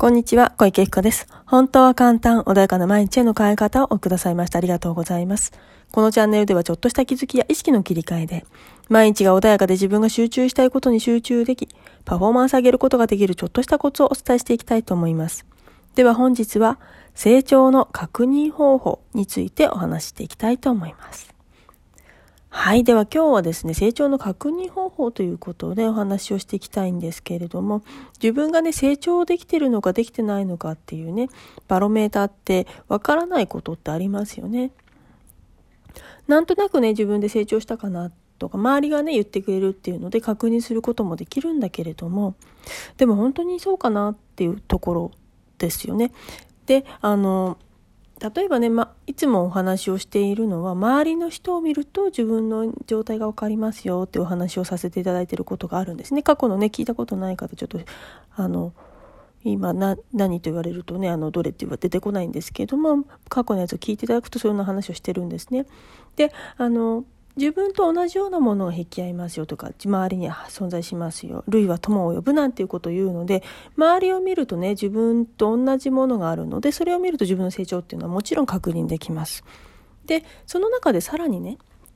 こんにちは、小池彦です。本当は簡単、穏やかな毎日への変え方をくださいました。ありがとうございます。このチャンネルではちょっとした気づきや意識の切り替えで、毎日が穏やかで自分が集中したいことに集中でき、パフォーマンス上げることができるちょっとしたコツをお伝えしていきたいと思います。では本日は、成長の確認方法についてお話ししていきたいと思います。はい。では今日はですね、成長の確認方法ということでお話をしていきたいんですけれども、自分がね、成長できてるのかできてないのかっていうね、バロメーターってわからないことってありますよね。なんとなくね、自分で成長したかなとか、周りがね、言ってくれるっていうので確認することもできるんだけれども、でも本当にそうかなっていうところですよね。で、例えばね、いつもお話をしているのは、周りの人を見ると自分の状態がわかりますよってお話をさせていただいていることがあるんですね。過去のね、聞いたことない方、ちょっと、今何と言われるとね、どれって出てこないんですけれども、過去のやつを聞いていただくとそういうような話をしてるんですね。で、自分と同じようなものが引き合いますよとか、周りに存在しますよ。類は友を呼ぶなんていうことを言うので、周りを見るとね、自分と同じものがあるので、それを見ると自分の成長っていうのはもちろん確認できます。で、その中でさらにね、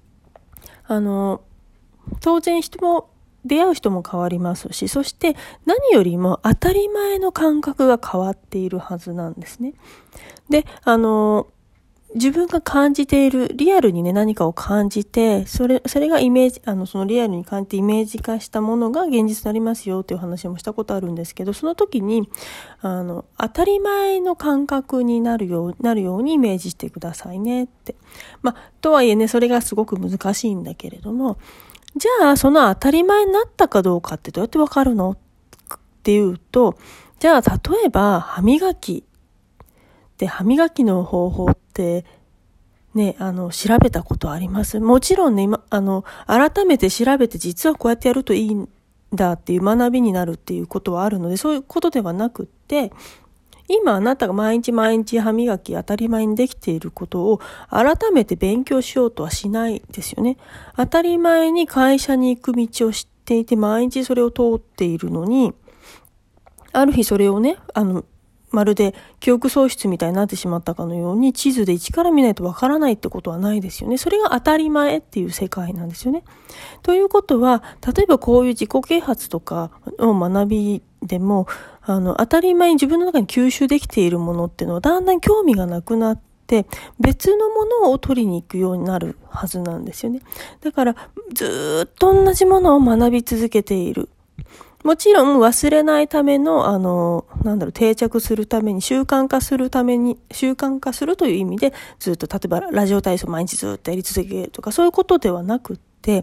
当然出会う人も変わりますし、そして何よりも当たり前の感覚が変わっているはずなんですね。で、自分が感じている、リアルにね、何かを感じて、それがイメージ、そのリアルに感じてイメージ化したものが現実になりますよっていう話もしたことあるんですけど、その時に、当たり前の感覚になるようにイメージしてくださいねって。とはいえね、それがすごく難しいんだけれども、じゃあ、その当たり前になったかどうかってどうやってわかるのっていうと、じゃあ、例えば、歯磨きの方法ってね、調べたことあります？もちろんね、改めて調べて実はこうやってやるといいんだっていう学びになるっていうことはあるので、そういうことではなくって、今あなたが毎日歯磨き当たり前にできていることを改めて勉強しようとはしないですよね。当たり前に会社に行く道を知っていて毎日それを通っているのに、ある日それをね、まるで記憶喪失みたいになってしまったかのように地図で一から見ないとわからないってことはないですよね。それが当たり前っていう世界なんですよね。ということは、例えばこういう自己啓発とかの学びでも、当たり前に自分の中に吸収できているものっていうのはだんだん興味がなくなって別のものを取りに行くようになるはずなんですよね。だからずっと同じものを学び続けている。もちろん忘れないための、定着するために、習慣化するという意味で、ずっと、例えばラジオ体操毎日ずっとやり続けるとか、そういうことではなくって、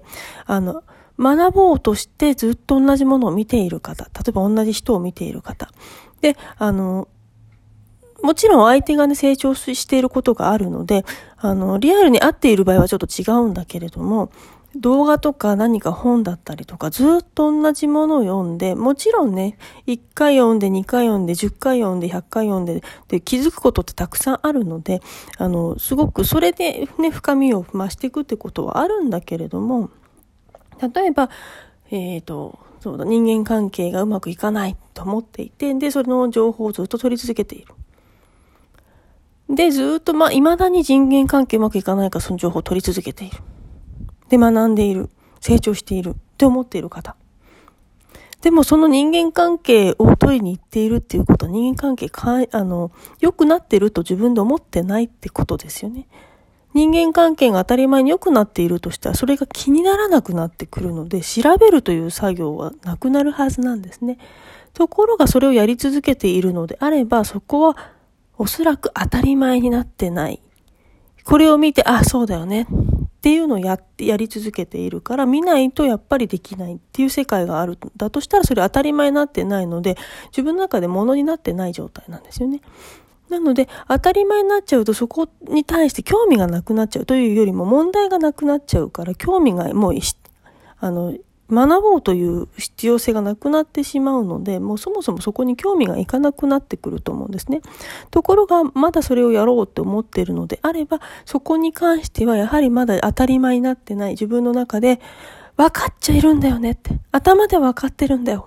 学ぼうとしてずっと同じものを見ている方、例えば同じ人を見ている方。で、もちろん相手がね、成長していることがあるので、リアルに会っている場合はちょっと違うんだけれども、動画とか何か本だったりとかずっと同じものを読んで、もちろんね、1回読んで2回読んで10回読んで100回読んで、気づくことってたくさんあるので、すごくそれでね、深みを増していくってことはあるんだけれども、例えば、そうだ、人間関係がうまくいかないと思っていて、で、その情報をずっと取り続けている。で、ずっと未だに人間関係うまくいかないからその情報を取り続けている。で、学んでいる、成長しているって思っている方。でもその人間関係を取りに行っているっていうことは人間関係良くなっていると自分で思ってないってことですよね。人間関係が当たり前に良くなっているとしたらそれが気にならなくなってくるので調べるという作業はなくなるはずなんですね。ところがそれをやり続けているのであればそこはおそらく当たり前になってない。これを見て、そうだよね。っていうのをやり続けているから見ないとやっぱりできないっていう世界があるんだとしたらそれ当たり前になってないので自分の中で物になってない状態なんですよね。なので当たり前になっちゃうとそこに対して興味がなくなっちゃうというよりも問題がなくなっちゃうから興味がもう学ぼうという必要性がなくなってしまうので、もうそもそもそこに興味がいかなくなってくると思うんですね。ところが、まだそれをやろうって思っているのであれば、そこに関してはやはりまだ当たり前になってない自分の中で、分かっちゃいるんだよねって。頭で分かってるんだよ。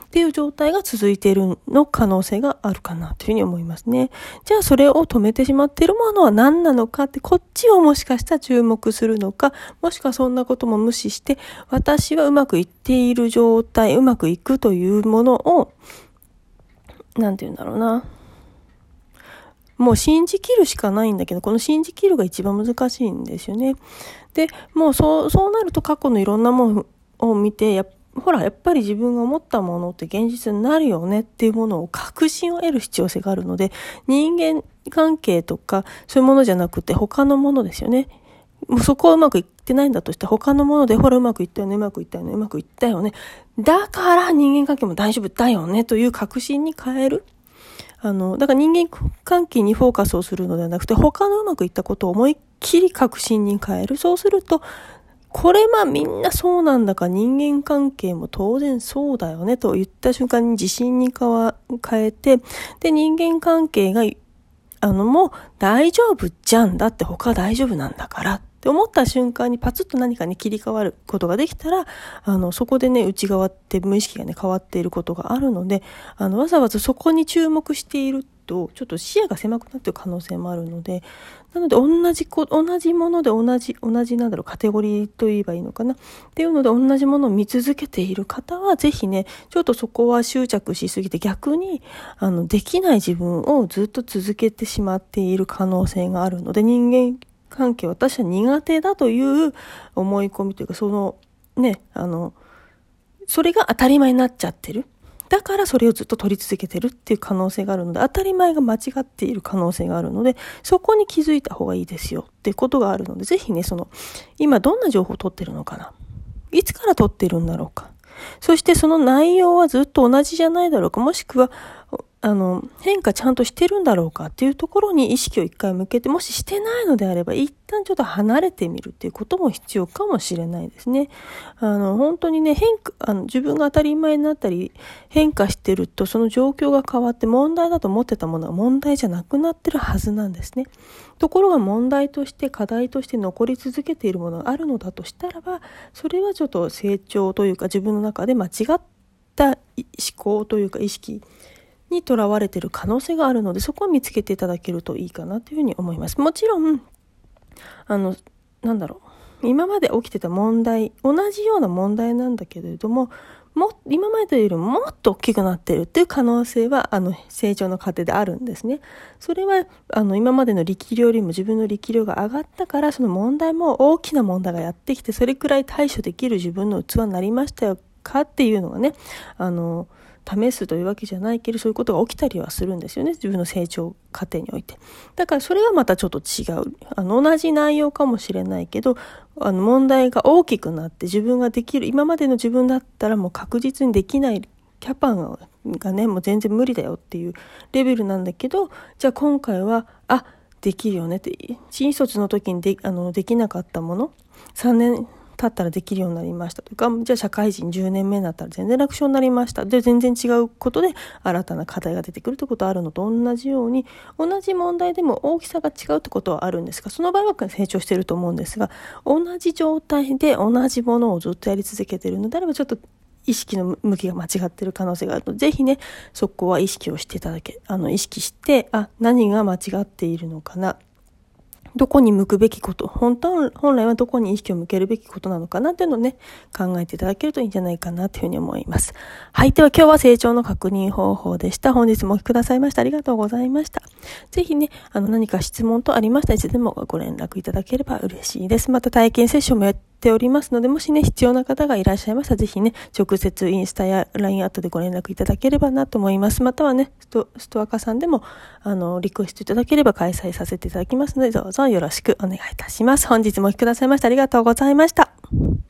っていう状態が続いているの可能性があるかなというふうに思いますね。じゃあそれを止めてしまっているものは何なのかって、こっちをもしかしたら注目するのか、もしくはそんなことも無視して、私はうまくいっている状態、うまくいくというものを、なんて言うんだろうな。もう信じきるしかないんだけど、この信じきるが一番難しいんですよね。で、もうそうなると過去のいろんなものを見て、やっぱり自分が思ったものって現実になるよねっていうものを確信を得る必要性があるので、人間関係とかそういうものじゃなくて他のものですよね。もうそこはうまくいってないんだとしたら他のもので、ほらうまくいったよね、うまくいったよね、うまくいったよね。だから人間関係も大丈夫だよねという確信に変える。だから人間関係にフォーカスをするのではなくて、他のうまくいったことを思いっきり確信に変える。そうすると、これみんなそうなんだから人間関係も当然そうだよねと言った瞬間に自信に変えて、で、人間関係が、もう大丈夫じゃんだって他は大丈夫なんだからって思った瞬間にパツッと何かに切り替わることができたら、そこでね、内側って無意識がね、変わっていることがあるので、わざわざそこに注目していると、ちょっと視野が狭くなっている可能性もあるので、なので同じもので同じカテゴリーと言えばいいのかなっていうので同じものを見続けている方はぜひね、ちょっとそこは執着しすぎて逆にできない自分をずっと続けてしまっている可能性があるので、人間関係私は苦手だという思い込みというか、そのね、それが当たり前になっちゃってる。だからそれをずっと取り続けてるっていう可能性があるので、当たり前が間違っている可能性があるので、そこに気づいた方がいいですよっていうことがあるので、ぜひね、今どんな情報を取ってるのかな、いつから取ってるんだろうか、そしてその内容はずっと同じじゃないだろうか、もしくは変化ちゃんとしてるんだろうかっていうところに意識を一回向けて、もししてないのであれば一旦ちょっと離れてみるっていうことも必要かもしれないですね。本当にね、自分が当たり前になったり変化してると、その状況が変わって問題だと思ってたものは問題じゃなくなってるはずなんですね。ところが問題として課題として残り続けているものがあるのだとしたらば、それはちょっと成長というか自分の中で間違った思考というか意識にとらわれている可能性があるので、そこを見つけていただけるといいかなというふうに思います。もちろん今まで起きてた問題、同じような問題なんだけれども、今までよりももっと大きくなっているっていう可能性は成長の過程であるんですね。それは今までの力量よりも自分の力量が上がったから、その問題も大きな問題がやってきて、それくらい対処できる自分の器になりましたよかっていうのがね、試すというわけじゃないけど、そういうことが起きたりはするんですよね、自分の成長過程において。だからそれはまたちょっと違う、同じ内容かもしれないけど、問題が大きくなって自分ができる、今までの自分だったらもう確実にできないキャパがね、もう全然無理だよっていうレベルなんだけど、じゃあ今回はできるよねって、新卒の時にできなかったもの3年経ったらできるようになりましたとか、じゃあ社会人10年目になったら全然楽勝になりました。で、全然違うことで新たな課題が出てくるってことあるのと同じように、同じ問題でも大きさが違うってことはあるんですが、その場合は成長していると思うんですが、同じ状態で同じものをずっとやり続けているのであれば、ちょっと意識の向きが間違っている可能性があるので、ぜひね、そこは意識をしていただけ、意識して、何が間違っているのかな、どこに向くべきこと、本来はどこに意識を向けるべきことなのかなっていうのをね、考えていただけるといいんじゃないかなというふうに思います。はい。では今日は成長の確認方法でした。本日もお聞きくださいましてありがとうございました。ぜひね、何か質問とありましたらいつでもご連絡いただければ嬉しいです。また体験セッションもやっておりますので、もしね、必要な方がいらっしゃいましたら、ぜひね、直接インスタや LINE アットでご連絡いただければなと思います。またはね、ストアカさんでも、リクエストいただければ開催させていただきますので、どうぞよろしくお願いいたします。本日もお聞きくださいましてありがとうございました。